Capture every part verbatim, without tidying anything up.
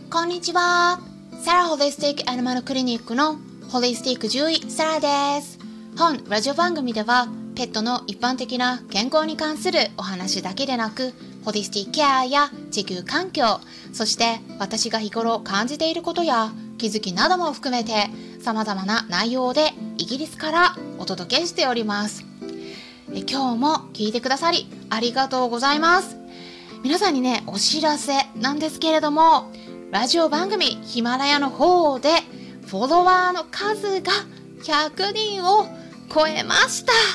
こんにちは。サラホリスティックアニマルクリニックのホリスティック獣医サラです。本ラジオ番組ではペットの一般的な健康に関するお話だけでなく、ホリスティックケアや地球環境、そして私が日頃感じていることや気づきなども含めて様々な内容でイギリスからお届けしております。え今日も聞いてくださりありがとうございます。皆さんにね、お知らせなんですけれども、ラジオ番組ヒマラヤの方でフォロワーの数がひゃくにんを超えました。はい、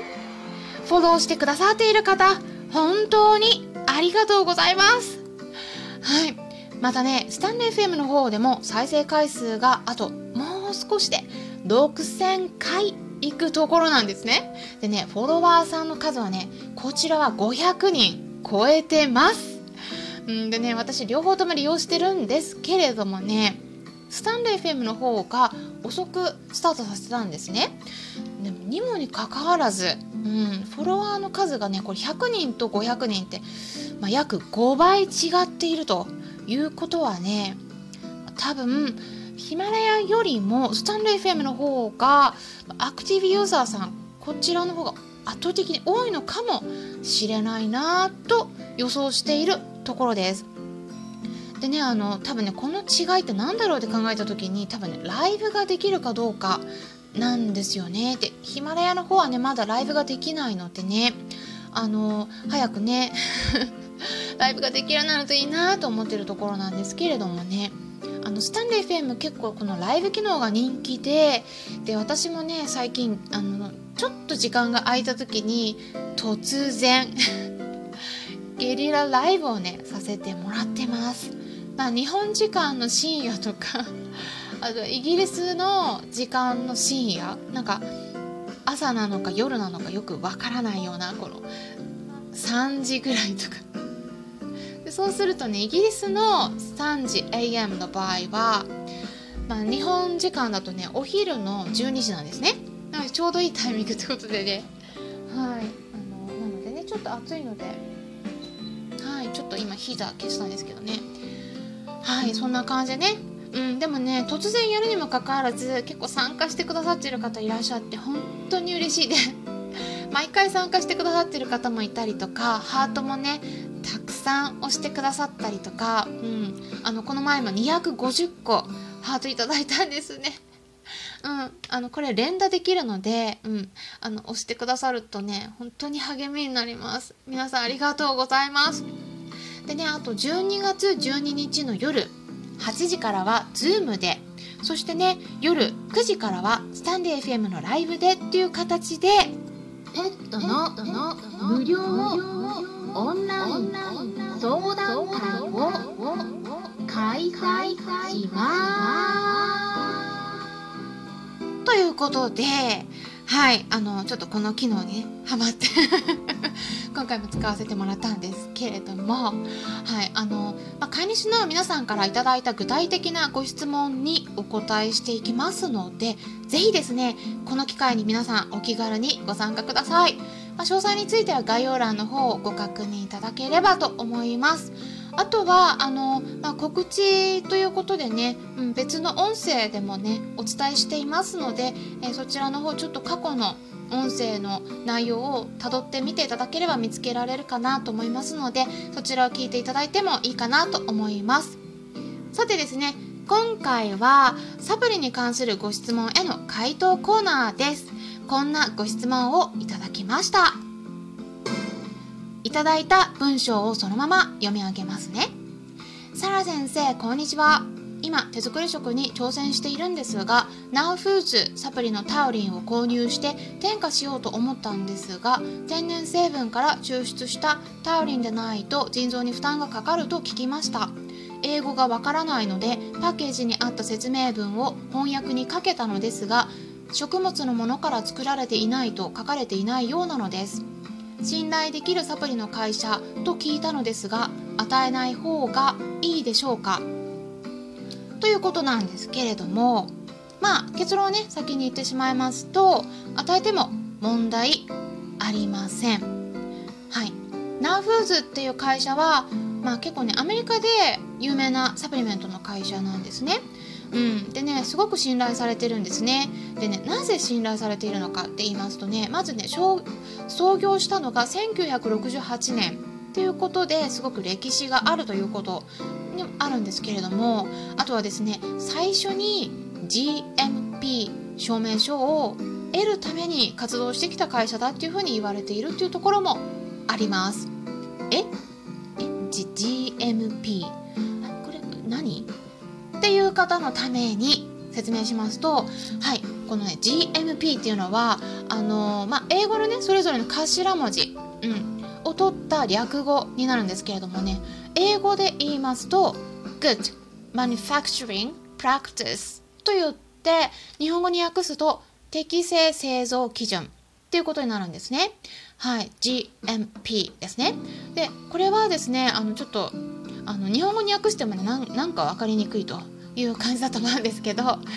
フォローしてくださっている方、本当にありがとうございます。はい、またね、スタンレー エフエム の方でも再生回数があともう少しでろくせんかい行くところなんですね。でね、フォロワーさんの数はね、こちらはごひゃくにん超えてます。んでね、私両方とも利用してるんですけれどもね、スタンレー エフエム の方が遅くスタートさせたんですね。でもにもにかかわらず、うん、フォロワーの数がね、これひゃくにんとごひゃくにんって、まあ、約ごばい違っているということはね、多分ヒマラヤよりもスタンレー エフエム の方がアクティブユーザーさん、こちらの方が圧倒的に多いのかもしれないなと予想しているところです。でね、あの多分ね、この違いって何だろうって考えた時に、多分ね、ライブができるかどうかなんですよね。で、ヒマラヤの方はね、まだライブができないのでね、あの早くねライブができるようになるといいなと思ってるところなんですけれどもね、あのスタンレー エフエム 結構このライブ機能が人気で、で私もね、最近あのちょっと時間が空いた時に突然ゲリラライブをねさせてもらってます。まあ、日本時間の深夜とかあとイギリスの時間の深夜、なんか朝なのか夜なのかよくわからないようなこのさんじぐらいとかで、そうするとね、イギリスのさんじ エーエム の場合は、まあ、日本時間だとね、お昼のじゅうにじなんですね。なのでちょうどいいタイミングってことでね、はい、あのなのでね、ちょっと暑いので、はい、ちょっと今ヒーター消したんですけどね、はい、そんな感じでね、うん、でもね、突然やるにもかかわらず結構参加してくださっている方いらっしゃって本当に嬉しいで毎回参加してくださっている方もいたりとか、ハートもねたくさん押してくださったりとか、うん、あのこの前もにひゃくごじゅっこハートいただいたんですね。うん、あのこれ連打できるので、うん、あの押してくださるとね、本当に励みになります。皆さんありがとうございます。でね、あとじゅうにがつじゅうににちの夜はちじからは Zoom で、そしてね、夜くじからはスタンデー エフエム のライブでっていう形でペットの無料オンライン相談会を開催しますということで、はい、あのちょっとこの機能に、ね、ハマって今回も使わせてもらったんですけれども、はい、あの、まあ、飼い主の皆さんからいただいた具体的なご質問にお答えしていきますので、ぜひですね、この機会に皆さんお気軽にご参加ください。まあ、詳細については概要欄の方をご確認いただければと思います。あとはあの、まあ、告知ということでね、うん、別の音声でもねお伝えしていますので、えー、そちらの方ちょっと過去の音声の内容をたどってみていただければ見つけられるかなと思いますので、そちらを聞いていただいてもいいかなと思います。さてですね、今回はサプリに関するご質問への回答コーナーです。こんなご質問をいただきました。いただいた文章をそのまま読み上げますね。サラ先生、こんにちは。今手作り食に挑戦しているんですが、ナウフーズサプリのタウリンを購入して添加しようと思ったんですが、天然成分から抽出したタウリンでないと腎臓に負担がかかると聞きました。英語がわからないのでパッケージにあった説明文を翻訳にかけたのですが、食物のものから作られていないと書かれていないようなのです。信頼できるサプリの会社と聞いたのですが、与えない方がいいでしょうか、ということなんですけれども、まあ結論をね先に言ってしまいますと、与えても問題ありません。はい、ナウフーズっていう会社はまあ結構ねアメリカで有名なサプリメントの会社なんですね。うん、でねすごく信頼されてるんですね。でねなぜ信頼されているのかって言いますとね、まずね創業したのがせんきゅうひゃくろくじゅうはちねんっていうことですごく歴史があるということにあるんですけれども、あとはですね最初に ジーエムピー 証明書を得るために活動してきた会社だっていうふうに言われているっていうところもあります。ええ ジーエムピー これ何っていう方のために説明しますと、はい、このね ジーエムピー っていうのはあのーまあ、英語のねそれぞれの頭文字、うん、を取った略語になるんですけれどもね、英語で言いますと Good Manufacturing Practice と言って日本語に訳すと適正製造基準っていうことになるんですね。はい、ジーエムピー ですね。でこれはですねあのちょっとあの日本語に訳してもねなんなんか分かりにくいという感じだと思うんですけど、はい、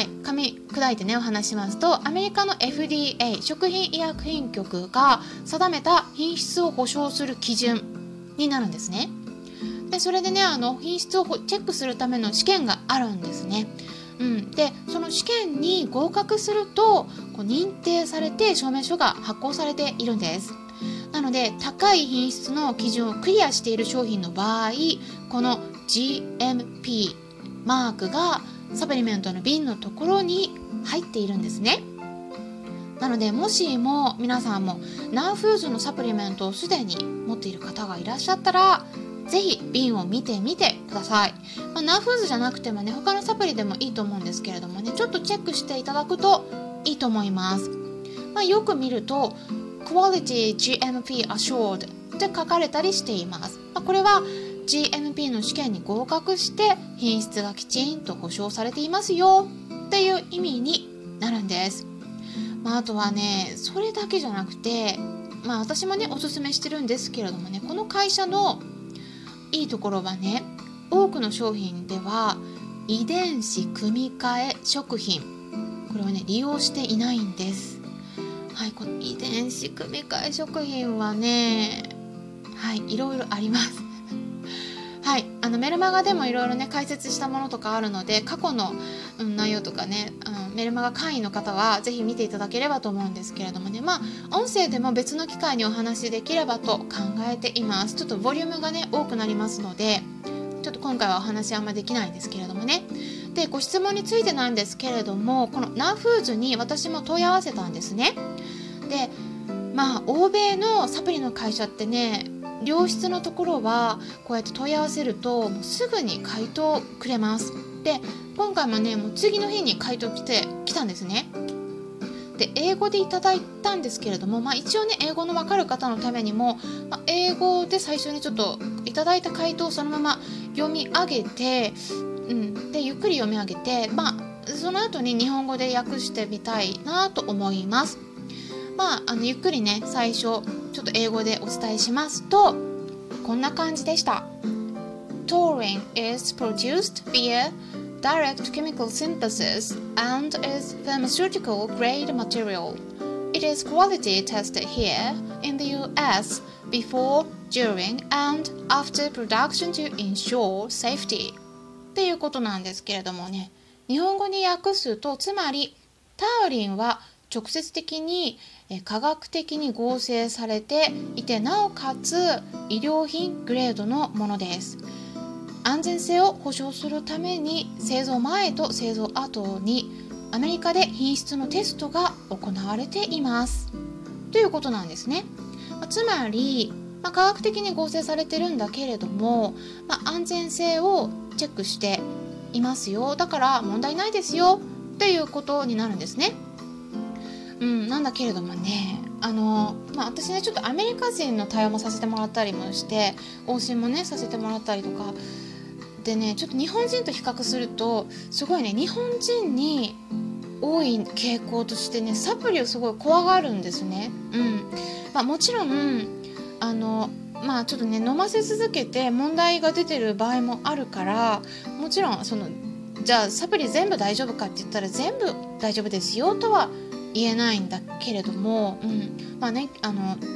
噛み砕いてねお話しますと、アメリカの エフディーエー 食品医薬品局が定めた品質を保証する基準になるんですね。でそれでねあの品質をチェックするための試験があるんですね。うん、でその試験に合格するとこう認定されて証明書が発行されているんです。なので高い品質の基準をクリアしている商品の場合、この ジーエムピー マークがサプリメントの瓶のところに入っているんですね。なのでもしも皆さんもナウフーズのサプリメントをすでに持っている方がいらっしゃったら、ぜひ瓶を見てみてください。まあ、ナウフーズじゃなくてもね他のサプリでもいいと思うんですけれどもね、ちょっとチェックしていただくといいと思います。まあ、よく見ると Quality ジーエムピー Assured って書かれたりしています。まあ、これは ジーエムピー の試験に合格して品質がきちんと保証されていますよっていう意味になるんです。まあ、あとはねそれだけじゃなくて、まあ、私もねおすすめしてるんですけれどもね、この会社のいいところはね、多くの商品では遺伝子組み換え食品、これをね利用していないんです。はい、この遺伝子組み換え食品はね、はいいろいろありますはい、あのメルマガでもいろいろね解説したものとかあるので、過去の、うん、内容とかね、うん、メルマガ会員の方はぜひ見ていただければと思うんですけれどもね、まあ音声でも別の機会にお話しできればと考えています。ちょっとボリュームがね多くなりますので、ちょっと今回はお話あんまできないんですけれどもね。でご質問についてなんですけれども、このナウフーズに私も問い合わせたんですね。でまあ欧米のサプリの会社ってね、良質のところはこうやって問い合わせるともうすぐに回答くれます。で今回もねもう次の日に回答来て来たんですね。で英語でいただいたんですけれども、まあ、一応ね英語の分かる方のためにも、まあ、英語で最初にちょっといただいた回答をそのまま読み上げて、うん、でゆっくり読み上げて、まあ、その後に日本語で訳してみたいなと思います。まあ、あのゆっくりね最初ちょっと英語でお伝えしますと、こんな感じでした。 Taurine is produced via direct chemical synthesis and is pharmaceutical grade material. It is quality tested here in the U S before, during and after production to ensure safety っていうことなんですけれどもね、日本語に訳すと、つまりタウリンは直接的に科学的に合成されていて、なおかつ医療品グレードのものです。安全性を保証するために製造前と製造後にアメリカで品質のテストが行われていますということなんですね。つまり、まあ、科学的に合成されてるんだけれども、まあ、安全性をチェックしていますよ、だから問題ないですよっていうことになるんですね。うん、なんだけれどもね、あの、まあ、私ねちょっとアメリカ人の対応もさせてもらったりもして、往診もねさせてもらったりとかでね、ちょっと日本人と比較するとすごいね日本人に多い傾向としてね、サプリをすごい怖がるんですね。うんまあ、もちろんあのまあちょっとね飲ませ続けて問題が出てる場合もあるから、もちろんそのじゃあサプリ全部大丈夫かって言ったら全部大丈夫ですよとは言えないんだけれども、うんまあね、あの品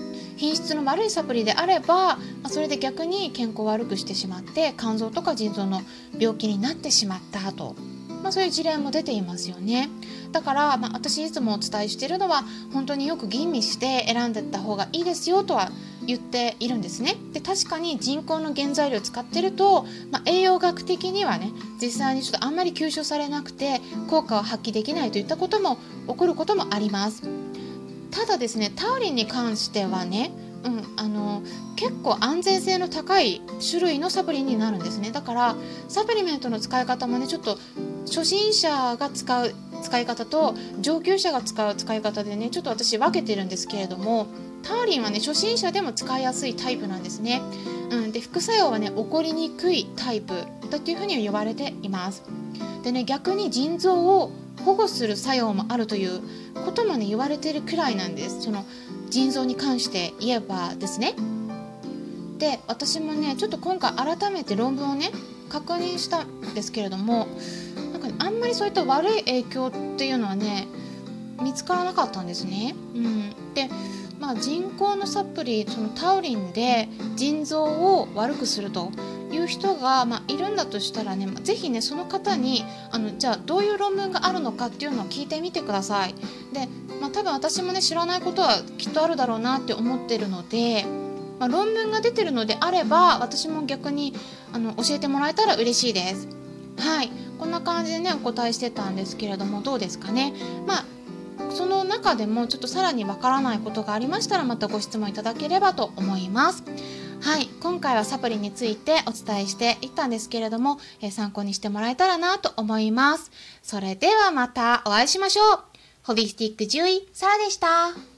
品質の悪いサプリであれば、まあ、それで逆に健康を悪くしてしまって肝臓とか腎臓の病気になってしまったと、まあ、そういう事例も出ていますよね。だから、まあ、私いつもお伝えしているのは本当によく吟味して選んでいった方がいいですよとは言っているんですね。で確かに人工の原材料を使ってると、まあ、栄養学的にはね実際にちょっとあんまり吸収されなくて効果を発揮できないといったことも起こることもあります。ただですね、タウリンに関してはね、うん、あの結構安全性の高い種類のサプリになるんですね。だからサプリメントの使い方もねちょっと初心者が使う使い方と上級者が使う使い方でねちょっと私分けてるんですけれども、タウリンはね初心者でも使いやすいタイプなんですね。うん、で副作用はね起こりにくいタイプだというふうに言われています。でね逆に腎臓を保護する作用もあるということもね言われているくらいなんです。その腎臓に関して言えばですね。で私もねちょっと今回改めて論文をね確認したんですけれども、なんか、ね、あんまりそういった悪い影響っていうのはね見つからなかったんですね。うん、で、まあ、人工のサプリそのタウリンで腎臓を悪くするという人が、まあ、いるんだとしたらね、まあ、ぜひねその方にあのじゃあどういう論文があるのかっていうのを聞いてみてください。で、まあ、多分私もね知らないことはきっとあるだろうなって思ってるので、まあ、論文が出てるのであれば私も逆にあの教えてもらえたら嬉しいです。はい、こんな感じでねお答えしてたんですけれどもどうですかね。まあその中でもちょっとさらにわからないことがありましたらまたご質問いただければと思います。はい、今回はサプリについてお伝えしていったんですけれども、えー、参考にしてもらえたらなと思います。それではまたお会いしましょう。ホリスティック獣医サラでした。